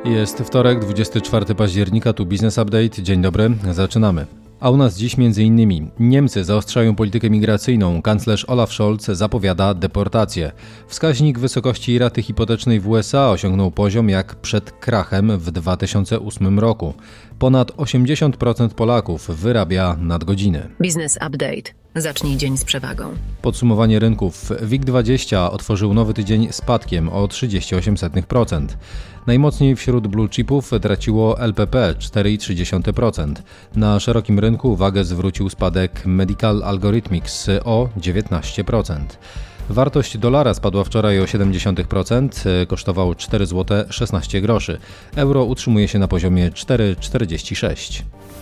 Jest wtorek, 24 października, tu Business Update. Dzień dobry, zaczynamy. A u nas dziś m.in. Niemcy zaostrzają politykę migracyjną, kanclerz Olaf Scholz zapowiada deportację. Wskaźnik wysokości raty hipotecznej w USA osiągnął poziom jak przed krachem w 2008 roku. Ponad 80% Polaków wyrabia nadgodziny. Business Update. Zacznij dzień z przewagą. Podsumowanie rynków. WIG20 otworzył nowy tydzień spadkiem o 0,38%. Najmocniej wśród blue chipów traciło LPP 4,3%. Na szerokim rynku uwagę zwrócił spadek Medical Algorithmics o 19%. Wartość dolara spadła wczoraj o 0,7%, kosztował 4,16 zł. Euro utrzymuje się na poziomie 4,46.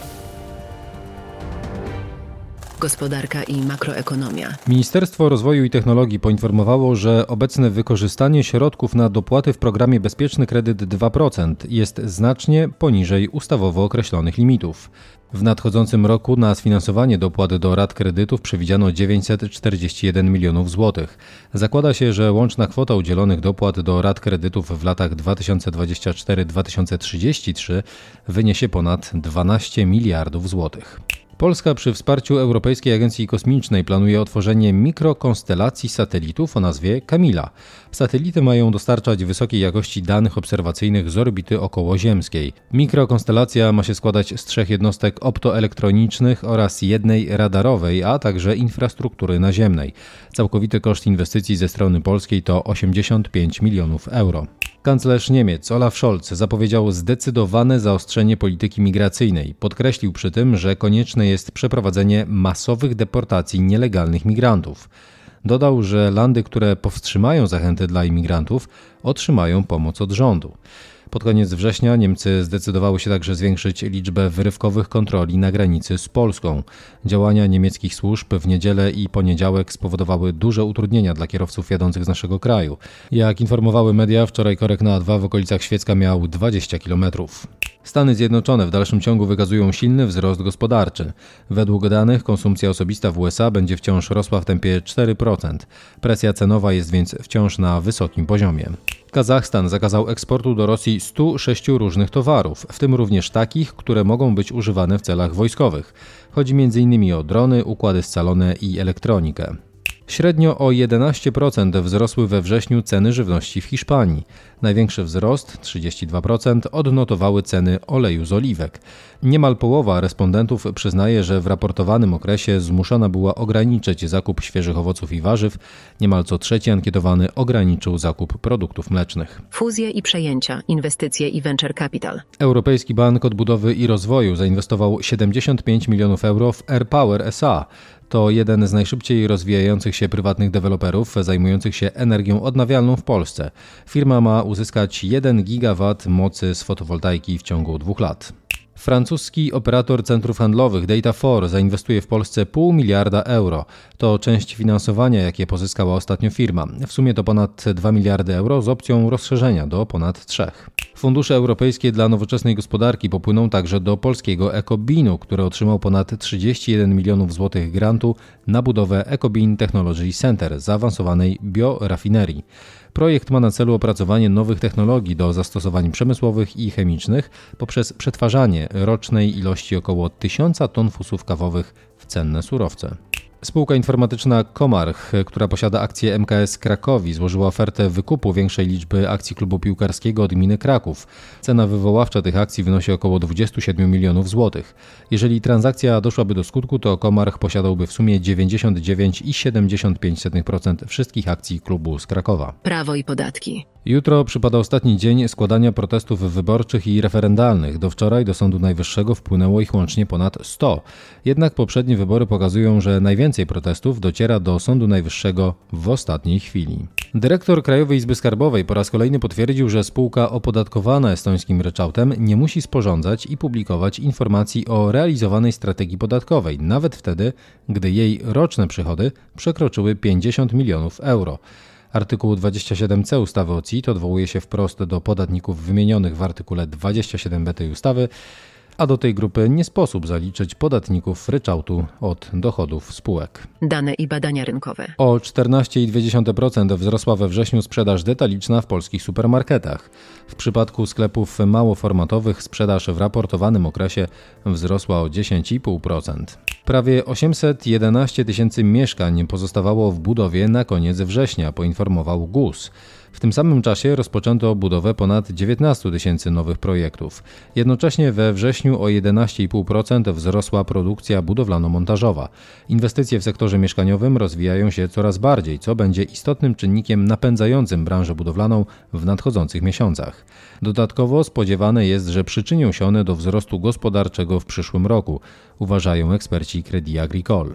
Gospodarka i makroekonomia. Ministerstwo Rozwoju i Technologii poinformowało, że obecne wykorzystanie środków na dopłaty w programie Bezpieczny Kredyt 2% jest znacznie poniżej ustawowo określonych limitów. W nadchodzącym roku na sfinansowanie dopłat do rat kredytów przewidziano 941 milionów złotych. Zakłada się, że łączna kwota udzielonych dopłat do rat kredytów w latach 2024-2033 wyniesie ponad 12 miliardów złotych. Polska przy wsparciu Europejskiej Agencji Kosmicznej planuje otworzenie mikrokonsstelacji satelitów o nazwie Kamila. Satelity mają dostarczać wysokiej jakości danych obserwacyjnych z orbity okołoziemskiej. Mikrokonstelacja ma się składać z 3 jednostek optoelektronicznych oraz jednej radarowej, a także infrastruktury naziemnej. Całkowity koszt inwestycji ze strony polskiej to 85 milionów euro. Kanclerz Niemiec Olaf Scholz zapowiedział zdecydowane zaostrzenie polityki migracyjnej. Podkreślił przy tym, że konieczne jest przeprowadzenie masowych deportacji nielegalnych migrantów. Dodał, że landy, które powstrzymają zachęty dla imigrantów, otrzymają pomoc od rządu. Pod koniec września Niemcy zdecydowały się także zwiększyć liczbę wyrywkowych kontroli na granicy z Polską. Działania niemieckich służb w niedzielę i poniedziałek spowodowały duże utrudnienia dla kierowców jadących z naszego kraju. Jak informowały media, wczoraj korek na A2 w okolicach Świecka miał 20 km. Stany Zjednoczone w dalszym ciągu wykazują silny wzrost gospodarczy. Według danych konsumpcja osobista w USA będzie wciąż rosła w tempie 4%. Presja cenowa jest więc wciąż na wysokim poziomie. Kazachstan zakazał eksportu do Rosji 106 różnych towarów, w tym również takich, które mogą być używane w celach wojskowych. Chodzi m.in. o drony, układy scalone i elektronikę. Średnio o 11% wzrosły we wrześniu ceny żywności w Hiszpanii. Największy wzrost, 32%, odnotowały ceny oleju z oliwek. Niemal połowa respondentów przyznaje, że w raportowanym okresie zmuszona była ograniczyć zakup świeżych owoców i warzyw. Niemal co trzeci ankietowany ograniczył zakup produktów mlecznych. Fuzje i przejęcia, inwestycje i venture capital. Europejski Bank Odbudowy i Rozwoju zainwestował 75 milionów euro w AirPower SA. To jeden z najszybciej rozwijających się prywatnych deweloperów zajmujących się energią odnawialną w Polsce. Firma ma uzyskać 1 gigawat mocy z fotowoltaiki w ciągu 2 lat. Francuski operator centrów handlowych Data4 zainwestuje w Polsce 0,5 miliarda euro. To część finansowania, jakie pozyskała ostatnio firma. W sumie to ponad 2 miliardy euro z opcją rozszerzenia do ponad 3. Fundusze europejskie dla nowoczesnej gospodarki popłyną także do polskiego Ecobinu, który otrzymał ponad 31 milionów złotych grantu na budowę Ecobin Technology Center zaawansowanej biorafinerii. Projekt ma na celu opracowanie nowych technologii do zastosowań przemysłowych i chemicznych poprzez przetwarzanie rocznej ilości około 1000 ton fusów kawowych w cenne surowce. Spółka informatyczna Comarch, która posiada akcje MKS Krakowi, złożyła ofertę wykupu większej liczby akcji klubu piłkarskiego od gminy Kraków. Cena wywoławcza tych akcji wynosi około 27 milionów złotych. Jeżeli transakcja doszłaby do skutku, to Comarch posiadałby w sumie 99,75% wszystkich akcji klubu z Krakowa. Prawo i podatki. Jutro przypada ostatni dzień składania protestów wyborczych i referendalnych. Do wczoraj do Sądu Najwyższego wpłynęło ich łącznie ponad 100. Jednak poprzednie wybory pokazują, że najwięcej protestów dociera do Sądu Najwyższego w ostatniej chwili. Dyrektor Krajowej Izby Skarbowej po raz kolejny potwierdził, że spółka opodatkowana estońskim ryczałtem nie musi sporządzać i publikować informacji o realizowanej strategii podatkowej, nawet wtedy, gdy jej roczne przychody przekroczyły 50 milionów euro. Artykuł 27c ustawy o CIT odwołuje się wprost do podatników wymienionych w artykule 27b tej ustawy, a do tej grupy nie sposób zaliczyć podatników ryczałtu od dochodów spółek. Dane i badania rynkowe. O 14,2% wzrosła we wrześniu sprzedaż detaliczna w polskich supermarketach. W przypadku sklepów małoformatowych sprzedaż w raportowanym okresie wzrosła o 10,5%. Prawie 811 tysięcy mieszkań pozostawało w budowie na koniec września, poinformował GUS. W tym samym czasie rozpoczęto budowę ponad 19 tysięcy nowych projektów. Jednocześnie we wrześniu o 11,5% wzrosła produkcja budowlano-montażowa. Inwestycje w sektorze mieszkaniowym rozwijają się coraz bardziej, co będzie istotnym czynnikiem napędzającym branżę budowlaną w nadchodzących miesiącach. Dodatkowo spodziewane jest, że przyczynią się one do wzrostu gospodarczego w przyszłym roku, uważają eksperci Crédit Agricole.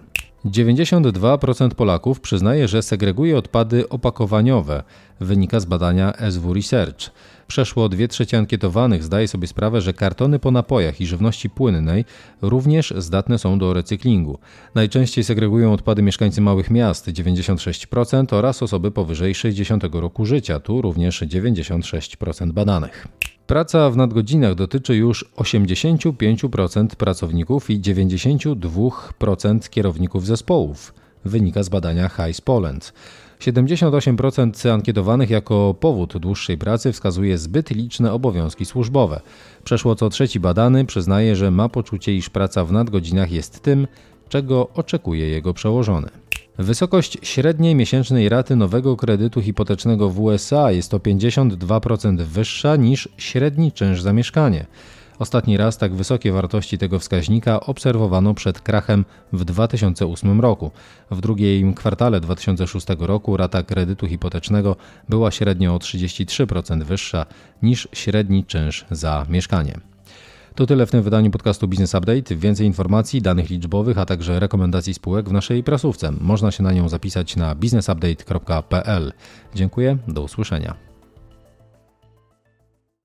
92% Polaków przyznaje, że segreguje odpady opakowaniowe, wynika z badania SW Research. Przeszło 2/3 ankietowanych zdaje sobie sprawę, że kartony po napojach i żywności płynnej również zdatne są do recyklingu. Najczęściej segregują odpady mieszkańcy małych miast 96% oraz osoby powyżej 60 roku życia, tu również 96% badanych. Praca w nadgodzinach dotyczy już 85% pracowników i 92% kierowników zespołów, wynika z badania Heis Poland. 78% ankietowanych jako powód dłuższej pracy wskazuje zbyt liczne obowiązki służbowe. Przeszło co trzeci badany przyznaje, że ma poczucie, iż praca w nadgodzinach jest tym, czego oczekuje jego przełożony. Wysokość średniej miesięcznej raty nowego kredytu hipotecznego w USA jest o 52% wyższa niż średni czynsz za mieszkanie. Ostatni raz tak wysokie wartości tego wskaźnika obserwowano przed krachem w 2008 roku. W drugim kwartale 2006 roku rata kredytu hipotecznego była średnio o 33% wyższa niż średni czynsz za mieszkanie. To tyle w tym wydaniu podcastu Business Update. Więcej informacji, danych liczbowych, a także rekomendacji spółek w naszej prasówce. Można się na nią zapisać na businessupdate.pl. Dziękuję, do usłyszenia.